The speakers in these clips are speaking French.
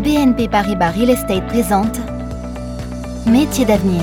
BNP Paribas Real Estate présente Métiers d'avenir.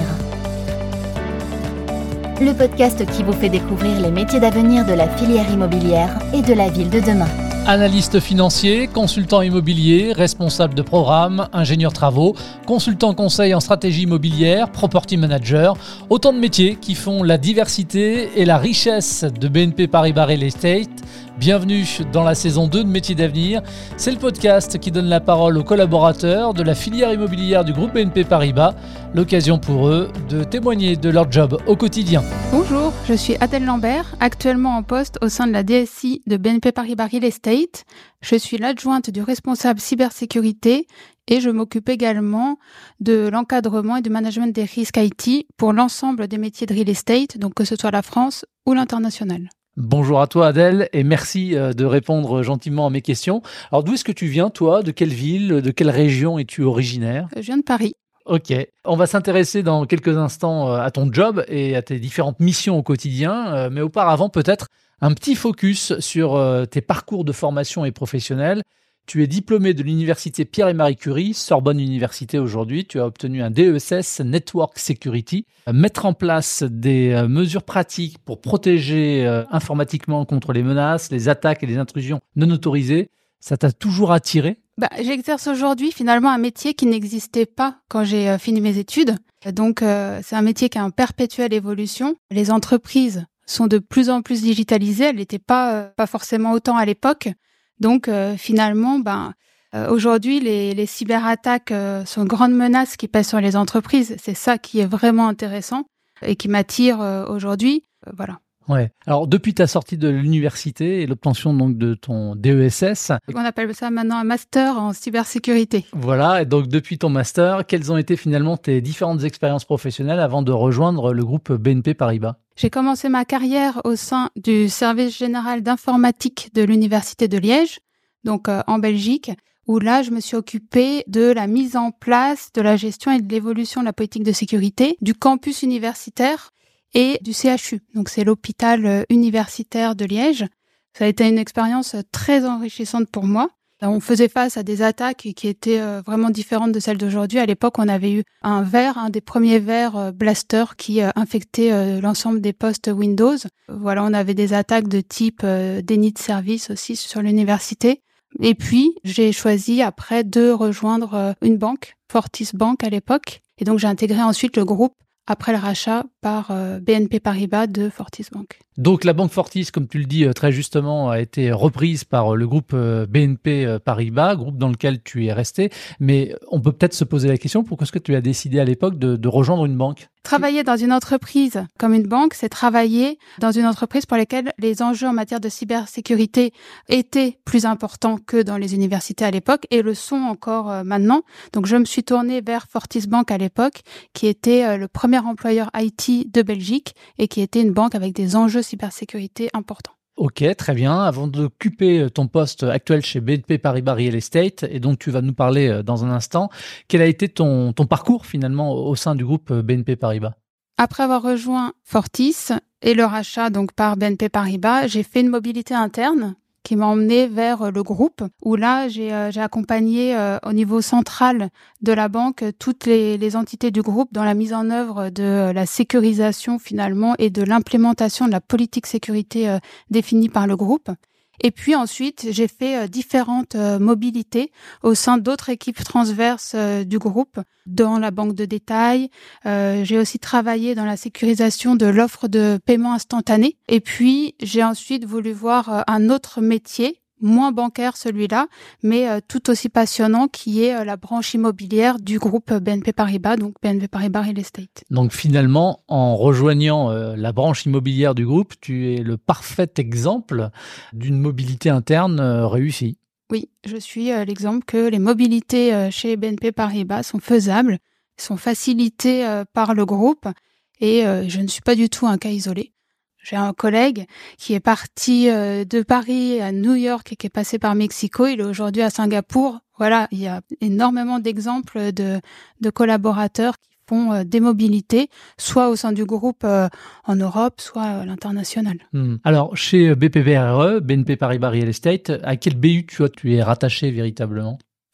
Le podcast qui vous fait découvrir les métiers d'avenir de la filière immobilière et de la ville de demain. Analyste financier, consultant immobilier, responsable de programme, ingénieur travaux, consultant conseil en stratégie immobilière, property manager, autant de métiers qui font la diversité et la richesse de BNP Paribas Real Estate. Bienvenue dans la saison 2 de Métiers d'avenir. C'est le podcast qui donne la parole aux collaborateurs de la filière immobilière du groupe BNP Paribas. L'occasion pour eux de témoigner de leur job au quotidien. Bonjour, je suis Adèle Lambert, actuellement en poste au sein de la DSI de BNP Paribas Real Estate. Je suis l'adjointe du responsable cybersécurité et je m'occupe également de l'encadrement et du management des risques IT pour l'ensemble des métiers de real estate, donc que ce soit la France ou l'international. Bonjour à toi Adèle et merci de répondre gentiment à mes questions. Alors d'où est-ce que tu viens toi? De quelle ville? De quelle région es-tu originaire? Je viens de Paris. Ok, on va s'intéresser dans quelques instants à ton job et à tes différentes missions au quotidien, mais auparavant peut-être un petit focus sur tes parcours de formation et professionnels. Tu es diplômé de l'université Pierre et Marie Curie, Sorbonne Université aujourd'hui. Tu as obtenu un DESS Network Security. Mettre en place des mesures pratiques pour protéger informatiquement contre les menaces, les attaques et les intrusions non autorisées, ça t'a toujours attiré? J'exerce aujourd'hui finalement un métier qui n'existait pas quand j'ai fini mes études. Donc c'est un métier qui est en perpétuelle évolution. Les entreprises sont de plus en plus digitalisées. Elles n'étaient pas forcément autant à l'époque. Donc finalement, aujourd'hui, les cyberattaques sont une grande menace qui pèse sur les entreprises. C'est ça qui est vraiment intéressant et qui m'attire aujourd'hui. Voilà. Ouais. Alors depuis ta sortie de l'université et l'obtention donc de ton DESS, on appelle ça maintenant un master en cybersécurité. Voilà, et donc depuis ton master, quelles ont été finalement tes différentes expériences professionnelles avant de rejoindre le groupe BNP Paribas? J'ai commencé ma carrière au sein du service général d'informatique de l'université de Liège, donc en Belgique, où là je me suis occupée de la mise en place, de la gestion et de l'évolution de la politique de sécurité du campus universitaire et du CHU. Donc c'est l'hôpital universitaire de Liège. Ça a été une expérience très enrichissante pour moi. On faisait face à des attaques qui étaient vraiment différentes de celles d'aujourd'hui. À l'époque, on avait eu un des premiers vers Blaster qui infectait l'ensemble des postes Windows. Voilà, on avait des attaques de type déni de service aussi sur l'université. Et puis, j'ai choisi après de rejoindre une banque, Fortis Bank à l'époque. Et donc, j'ai intégré ensuite le groupe après le rachat par BNP Paribas de Fortis Bank. Donc la banque Fortis, comme tu le dis très justement, a été reprise par le groupe BNP Paribas, groupe dans lequel tu es resté. Mais on peut peut-être se poser la question, pourquoi est-ce que tu as décidé à l'époque de rejoindre une banque? Travailler dans une entreprise comme une banque, c'est travailler dans une entreprise pour laquelle les enjeux en matière de cybersécurité étaient plus importants que dans les universités à l'époque et le sont encore maintenant. Donc je me suis tournée vers Fortis Bank à l'époque, qui était le premier employeur IT de Belgique et qui était une banque avec des enjeux cybersécurité importants. Ok, très bien. Avant d'occuper ton poste actuel chez BNP Paribas Real Estate, et dont tu vas nous parler dans un instant, quel a été ton parcours finalement au sein du groupe BNP Paribas? Après avoir rejoint Fortis et le rachat donc par BNP Paribas, j'ai fait une mobilité interne qui m'a emmenée vers le groupe, où là, j'ai accompagné au niveau central de la banque toutes les entités du groupe dans la mise en œuvre de la sécurisation finalement et de l'implémentation de la politique sécurité définie par le groupe. Et puis ensuite, j'ai fait différentes mobilités au sein d'autres équipes transverses du groupe, dans la banque de détail. J'ai aussi travaillé dans la sécurisation de l'offre de paiement instantané. Et puis, j'ai ensuite voulu voir un autre métier, moins bancaire celui-là, mais tout aussi passionnant, qui est la branche immobilière du groupe BNP Paribas, donc BNP Paribas Real Estate. Donc finalement, en rejoignant la branche immobilière du groupe, tu es le parfait exemple d'une mobilité interne réussie. Oui, je suis l'exemple que les mobilités chez BNP Paribas sont faisables, sont facilitées par le groupe et je ne suis pas du tout un cas isolé. J'ai un collègue qui est parti de Paris à New York et qui est passé par Mexico. Il est aujourd'hui à Singapour. Voilà, il y a énormément d'exemples de collaborateurs qui font des mobilités, soit au sein du groupe en Europe, soit à l'international. Alors, chez BPPRE, BNP Paribas Real Estate, à quel BU tu es rattaché véritablement ?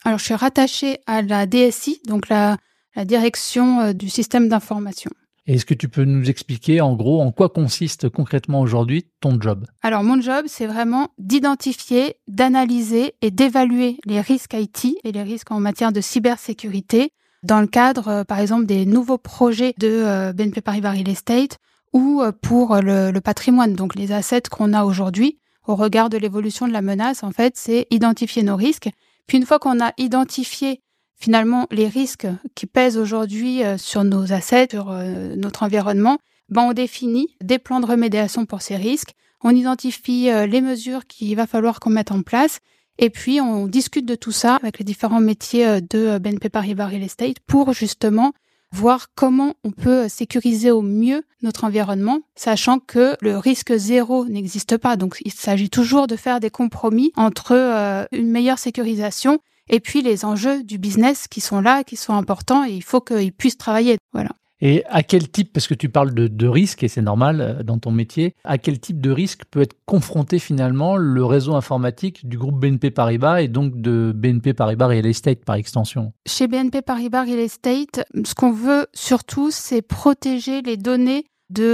Alors, je suis rattachée à la DSI, donc la direction du système d'information. Et est-ce que tu peux nous expliquer en gros en quoi consiste concrètement aujourd'hui ton job ? Alors, mon job, c'est vraiment d'identifier, d'analyser et d'évaluer les risques IT et les risques en matière de cybersécurité dans le cadre, par exemple, des nouveaux projets de BNP Paribas Real Estate ou pour le patrimoine, donc les assets qu'on a aujourd'hui. Au regard de l'évolution de la menace, en fait, c'est identifier nos risques. Puis une fois qu'on a identifié finalement les risques qui pèsent aujourd'hui sur nos assets, sur notre environnement, on définit des plans de remédiation pour ces risques. On identifie les mesures qu'il va falloir qu'on mette en place. Et puis, on discute de tout ça avec les différents métiers de BNP Paribas Real Estate pour justement voir comment on peut sécuriser au mieux notre environnement, sachant que le risque zéro n'existe pas. Donc, il s'agit toujours de faire des compromis entre une meilleure sécurisation et puis les enjeux du business qui sont là, qui sont importants, et il faut qu'ils puissent travailler. Voilà. Et à quel type, parce que tu parles de risque, et c'est normal dans ton métier, à quel type de risque peut être confronté finalement le réseau informatique du groupe BNP Paribas et donc de BNP Paribas Real Estate par extension ? Chez BNP Paribas Real Estate, ce qu'on veut surtout, c'est protéger les données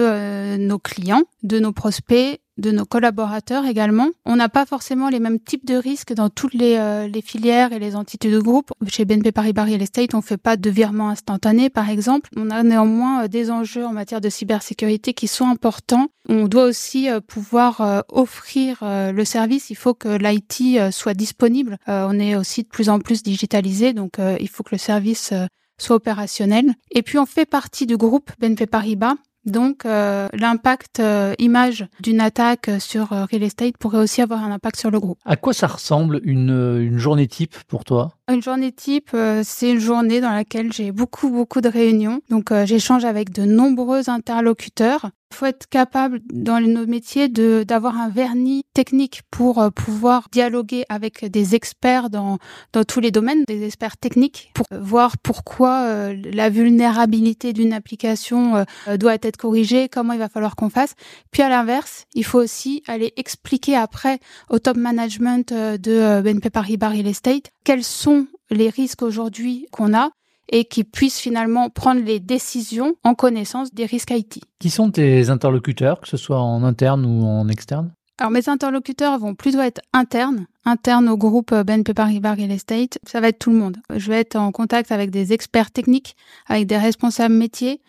de nos clients, de nos prospects, de nos collaborateurs également. On n'a pas forcément les mêmes types de risques dans toutes les filières et les entités de groupe. Chez BNP Paribas Real Estate, on ne fait pas de virement instantané, par exemple. On a néanmoins des enjeux en matière de cybersécurité qui sont importants. On doit aussi pouvoir offrir le service. Il faut que l'IT soit disponible. On est aussi de plus en plus digitalisé, donc il faut que le service soit opérationnel. Et puis, on fait partie du groupe BNP Paribas. Donc, l'impact image d'une attaque sur Real Estate pourrait aussi avoir un impact sur le groupe. À quoi ça ressemble une journée type pour toi ? Une journée type, c'est une journée dans laquelle j'ai beaucoup de réunions. Donc, j'échange avec de nombreux interlocuteurs. Il faut être capable, dans nos métiers, d'avoir un vernis technique pour pouvoir dialoguer avec des experts dans tous les domaines, des experts techniques, pour voir pourquoi la vulnérabilité d'une application doit être corrigée, comment il va falloir qu'on fasse. Puis à l'inverse, il faut aussi aller expliquer après au top management de BNP Paribas Real Estate quels sont les risques aujourd'hui qu'on a et qui puissent finalement prendre les décisions en connaissance des risques IT. Qui sont tes interlocuteurs, que ce soit en interne ou en externe ? Alors, mes interlocuteurs vont plutôt être internes au groupe BNP Paribas Real Estate. Ça va être tout le monde. Je vais être en contact avec des experts techniques, avec des responsables métiers.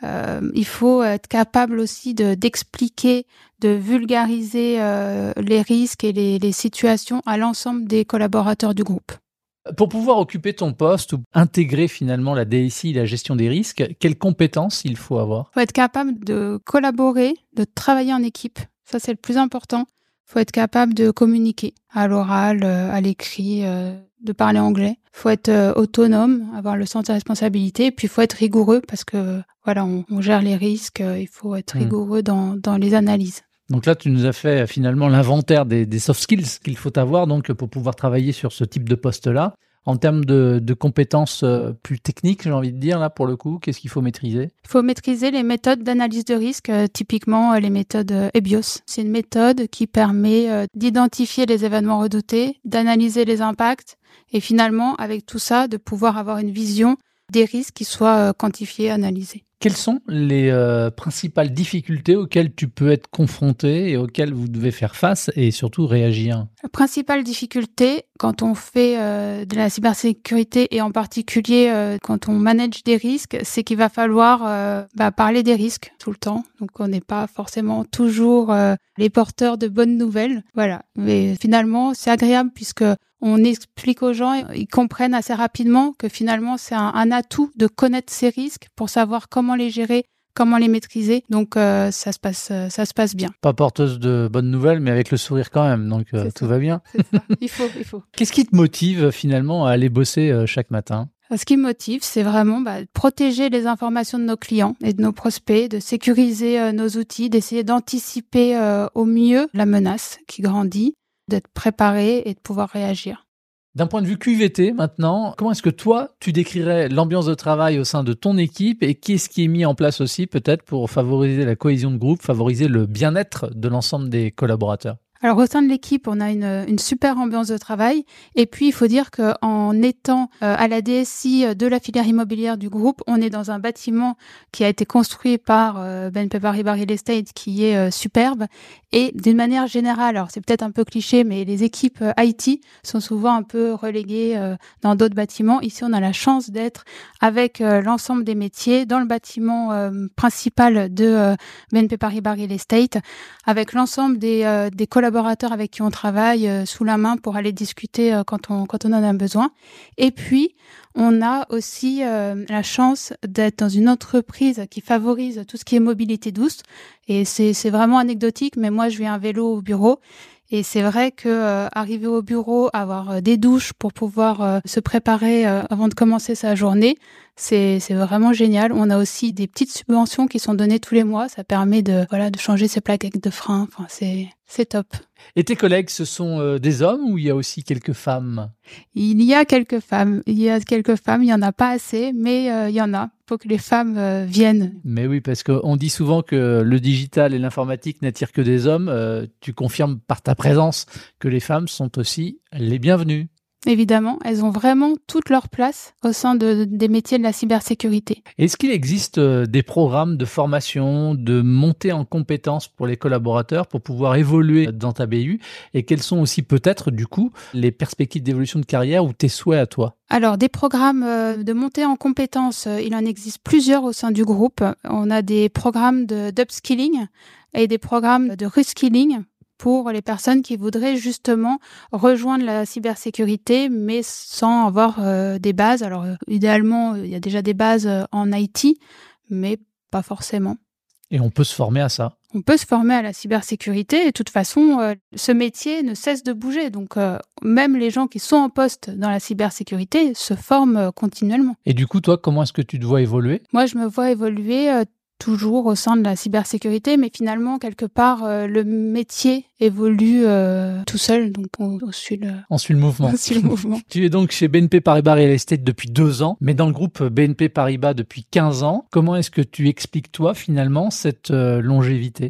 Il faut être capable aussi d'expliquer, de vulgariser les risques et les situations à l'ensemble des collaborateurs du groupe. Pour pouvoir occuper ton poste ou intégrer finalement la DSI, la gestion des risques, quelles compétences il faut avoir ? Il faut être capable de collaborer, de travailler en équipe. Ça, c'est le plus important. Il faut être capable de communiquer à l'oral, à l'écrit, de parler anglais. Il faut être autonome, avoir le sens de responsabilité. Et puis, il faut être rigoureux parce que voilà, on gère les risques. Il faut être rigoureux dans les analyses. Donc là, tu nous as fait finalement l'inventaire des soft skills qu'il faut avoir donc pour pouvoir travailler sur ce type de poste-là. En termes de compétences plus techniques, j'ai envie de dire, là, pour le coup, qu'est-ce qu'il faut maîtriser ? Il faut maîtriser les méthodes d'analyse de risque, typiquement les méthodes EBIOS. C'est une méthode qui permet d'identifier les événements redoutés, d'analyser les impacts et finalement, avec tout ça, de pouvoir avoir une vision des risques qui soient quantifiés, analysés. Quelles sont les principales difficultés auxquelles tu peux être confronté et auxquelles vous devez faire face et surtout réagir ? La principale difficulté, quand on fait de la cybersécurité et en particulier quand on manage des risques, c'est qu'il va falloir parler des risques tout le temps. Donc, on n'est pas forcément toujours les porteurs de bonnes nouvelles. Voilà. Mais finalement, c'est agréable puisque on explique aux gens, ils comprennent assez rapidement que finalement, c'est un atout de connaître ces risques pour savoir comment les gérer, comment les maîtriser. Donc, ça se passe bien. Pas porteuse de bonnes nouvelles, mais avec le sourire quand même. Donc, tout va bien. C'est ça. Il faut. Qu'est-ce qui te motive finalement à aller bosser chaque matin ? Ce qui me motive, c'est vraiment de protéger les informations de nos clients et de nos prospects, de sécuriser nos outils, d'essayer d'anticiper au mieux la menace qui grandit, d'être préparé et de pouvoir réagir. D'un point de vue QVT maintenant, comment est-ce que toi, tu décrirais l'ambiance de travail au sein de ton équipe et qu'est-ce qui est mis en place aussi peut-être pour favoriser la cohésion de groupe, favoriser le bien-être de l'ensemble des collaborateurs ? Alors au sein de l'équipe, on a une super ambiance de travail. Et puis il faut dire qu'en étant à la DSI de la filière immobilière du groupe, on est dans un bâtiment qui a été construit par BNP Paribas Real Estate, qui est superbe. Et d'une manière générale, alors c'est peut-être un peu cliché, mais les équipes IT sont souvent un peu reléguées dans d'autres bâtiments. Ici, on a la chance d'être avec l'ensemble des métiers dans le bâtiment principal de BNP Paribas Real Estate, avec l'ensemble des collaborateurs avec qui on travaille sous la main pour aller discuter quand on en a besoin. Et puis, on a aussi la chance d'être dans une entreprise qui favorise tout ce qui est mobilité douce. Et c'est vraiment anecdotique, mais moi, je viens à vélo au bureau. Et c'est vrai que arriver au bureau, avoir des douches pour pouvoir se préparer avant de commencer sa journée, c'est vraiment génial. On a aussi des petites subventions qui sont données tous les mois. Ça permet de changer ses plaquettes de frein. Enfin, c'est top. Et tes collègues, ce sont des hommes ou il y a aussi quelques femmes ? Il y a quelques femmes. Il y en a pas assez, mais il y en a. Il faut que les femmes viennent. Mais oui, parce qu'on dit souvent que le digital et l'informatique n'attirent que des hommes. Tu confirmes par ta présence que les femmes sont aussi les bienvenues. Évidemment, elles ont vraiment toute leur place au sein des métiers de la cybersécurité. Est-ce qu'il existe des programmes de formation, de montée en compétences pour les collaborateurs pour pouvoir évoluer dans ta BU ? Et quelles sont aussi peut-être, du coup, les perspectives d'évolution de carrière ou tes souhaits à toi ? Alors, des programmes de montée en compétences, il en existe plusieurs au sein du groupe. On a des programmes d'upskilling et des programmes de reskilling pour les personnes qui voudraient justement rejoindre la cybersécurité, mais sans avoir des bases. Alors, idéalement, il y a déjà des bases en IT, mais pas forcément. Et on peut se former à ça. On peut se former à la cybersécurité et de toute façon, ce métier ne cesse de bouger. Donc, même les gens qui sont en poste dans la cybersécurité se forment continuellement. Et du coup, toi, comment est-ce que tu te vois évoluer ? Moi, je me vois évoluer toujours au sein de la cybersécurité, mais finalement, quelque part, le métier évolue tout seul, donc on suit le mouvement. Tu es donc chez BNP Paribas Real Estate depuis 2 ans, mais dans le groupe BNP Paribas depuis 15 ans. Comment est-ce que tu expliques, toi, finalement, cette longévité ?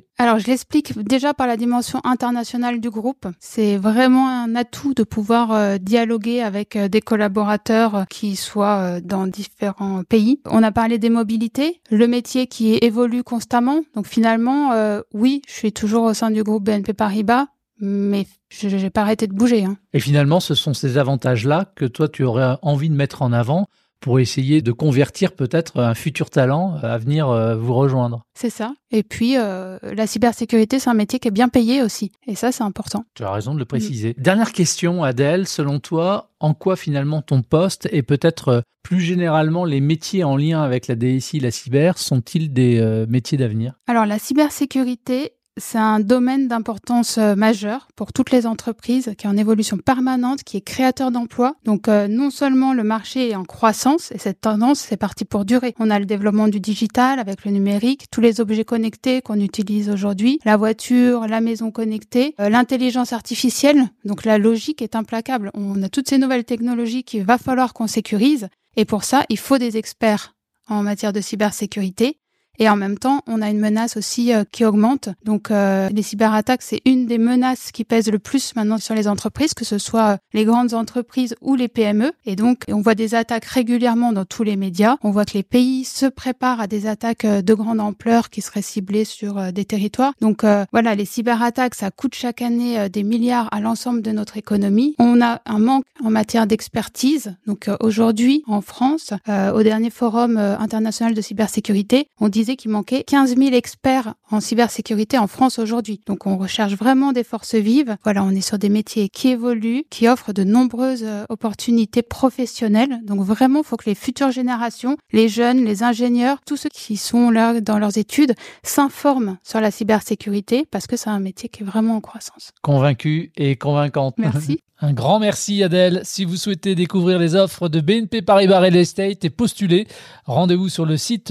Alors, je l'explique déjà par la dimension internationale du groupe. C'est vraiment un atout de pouvoir dialoguer avec des collaborateurs qui soient dans différents pays. On a parlé des mobilités, le métier qui évolue constamment. Donc finalement, oui, je suis toujours au sein du groupe BNP Paribas, mais je n'ai pas arrêté de bouger. Et finalement, ce sont ces avantages-là que toi, tu aurais envie de mettre en avant pour essayer de convertir peut-être un futur talent à venir vous rejoindre. C'est ça. Et puis, la cybersécurité, c'est un métier qui est bien payé aussi. Et ça, c'est important. Tu as raison de le préciser. Dernière question, Adèle. Selon toi, en quoi finalement ton poste et peut-être plus généralement les métiers en lien avec la DSI, la cyber, sont-ils des métiers d'avenir ? Alors, la cybersécurité, c'est un domaine d'importance majeure pour toutes les entreprises, qui est en évolution permanente, qui est créateur d'emplois. Donc non seulement le marché est en croissance, et cette tendance, c'est parti pour durer. On a le développement du digital avec le numérique, tous les objets connectés qu'on utilise aujourd'hui, la voiture, la maison connectée, l'intelligence artificielle. Donc la logique est implacable. On a toutes ces nouvelles technologies qu'il va falloir qu'on sécurise. Et pour ça, il faut des experts en matière de cybersécurité. Et en même temps, on a une menace aussi qui augmente. Donc, les cyberattaques, c'est une des menaces qui pèsent le plus maintenant sur les entreprises, que ce soit les grandes entreprises ou les PME. Et donc, on voit des attaques régulièrement dans tous les médias. On voit que les pays se préparent à des attaques de grande ampleur qui seraient ciblées sur des territoires. Donc, voilà, les cyberattaques, ça coûte chaque année des milliards à l'ensemble de notre économie. On a un manque en matière d'expertise. Donc, aujourd'hui, en France, au dernier forum international de cybersécurité, on disait qu'il manquait 15 000 experts en cybersécurité en France aujourd'hui. Donc, on recherche vraiment des forces vives. Voilà, on est sur des métiers qui évoluent, qui offrent de nombreuses opportunités professionnelles. Donc, vraiment, il faut que les futures générations, les jeunes, les ingénieurs, tous ceux qui sont là dans leurs études, s'informent sur la cybersécurité parce que c'est un métier qui est vraiment en croissance. Convaincue et convaincante. Merci. Un grand merci Adèle. Si vous souhaitez découvrir les offres de BNP Paribas Real Estate et postuler, rendez-vous sur le site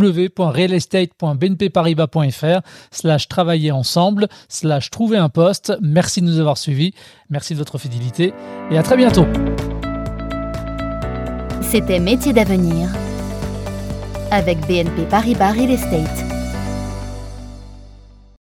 www.realestate.bnpparibas.fr/travailler ensemble/trouver un poste. Merci de nous avoir suivis. Merci de votre fidélité et à très bientôt. C'était Métiers d'avenir avec BNP Paribas Real Estate.